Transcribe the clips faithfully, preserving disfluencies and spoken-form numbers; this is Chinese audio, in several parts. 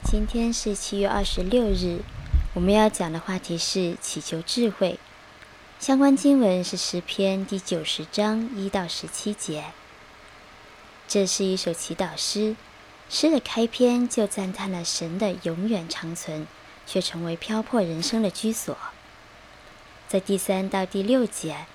今天是七月二十六日，我们要讲的话题是祈求智慧。相关经文是诗篇第九十章一到十七节。这是一首祈祷诗，诗的开篇就赞叹了神的永远长存，却成为漂泊人生的居所。在第三到第六节，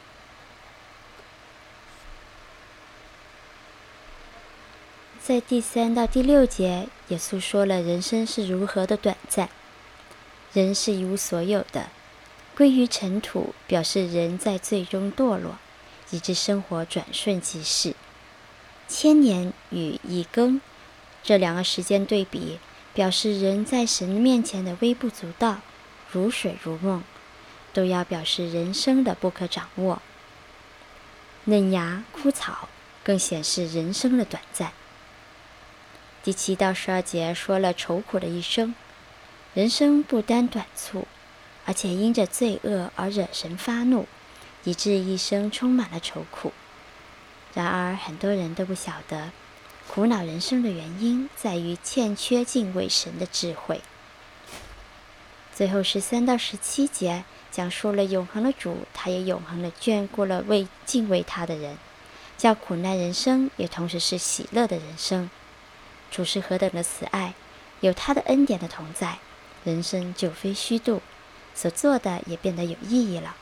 在第三到第六节也诉说了人生是如何的短暂。人是一无所有的，归于尘土，表示人在最终堕落，以致生活转瞬即逝。千年与一更这两个时间对比，表示人在神面前的微不足道，如水如梦，都要表示人生的不可掌握。嫩芽枯草更显示人生的短暂。第七到十二节说了愁苦的一生，人生不单短促，而且因着罪恶而惹神发怒，以致一生充满了愁苦。然而很多人都不晓得，苦恼人生的原因在于欠缺敬畏神的智慧。最后十三到十七节讲述了永恒的主，他也永恒地眷顾了为敬畏他的人，叫苦难人生也同时是喜乐的人生。主是何等的慈爱，有他的恩典的同在，人生就非虚度，所做的也变得有意义了。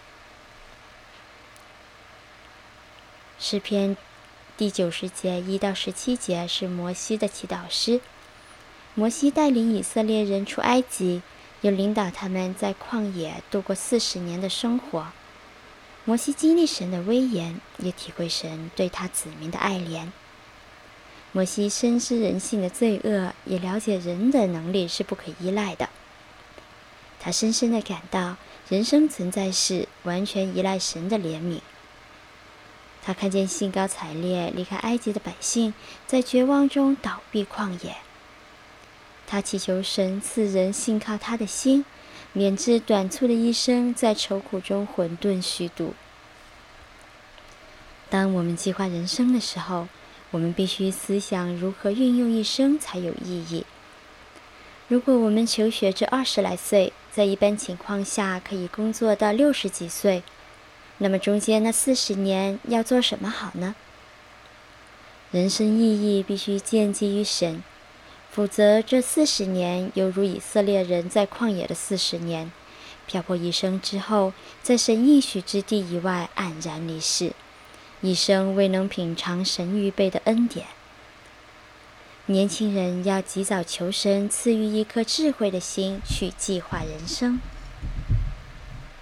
诗篇第九十节一到十七节是摩西的祈祷诗。摩西带领以色列人出埃及，又领导他们在旷野度过四十年的生活。摩西经历神的威严，也体会神对他子民的爱怜。摩西深知人性的罪恶，也了解人的能力是不可依赖的。他深深地感到人生存在是完全依赖神的怜悯。他看见兴高采烈离开埃及的百姓在绝望中倒闭旷野，他祈求神赐人信靠他的心，免致短促的一生在愁苦中混沌虚度。当我们计划人生的时候，我们必须思想如何运用一生才有意义。如果我们求学至二十来岁，在一般情况下可以工作到六十几岁，那么中间那四十年要做什么好呢？人生意义必须建基于神，否则这四十年犹如以色列人在旷野的四十年，漂泊一生之后，在神应许之地以外黯然离世，一生未能品尝神预备的恩典。年轻人要及早求神赐予一颗智慧的心，去计划人生。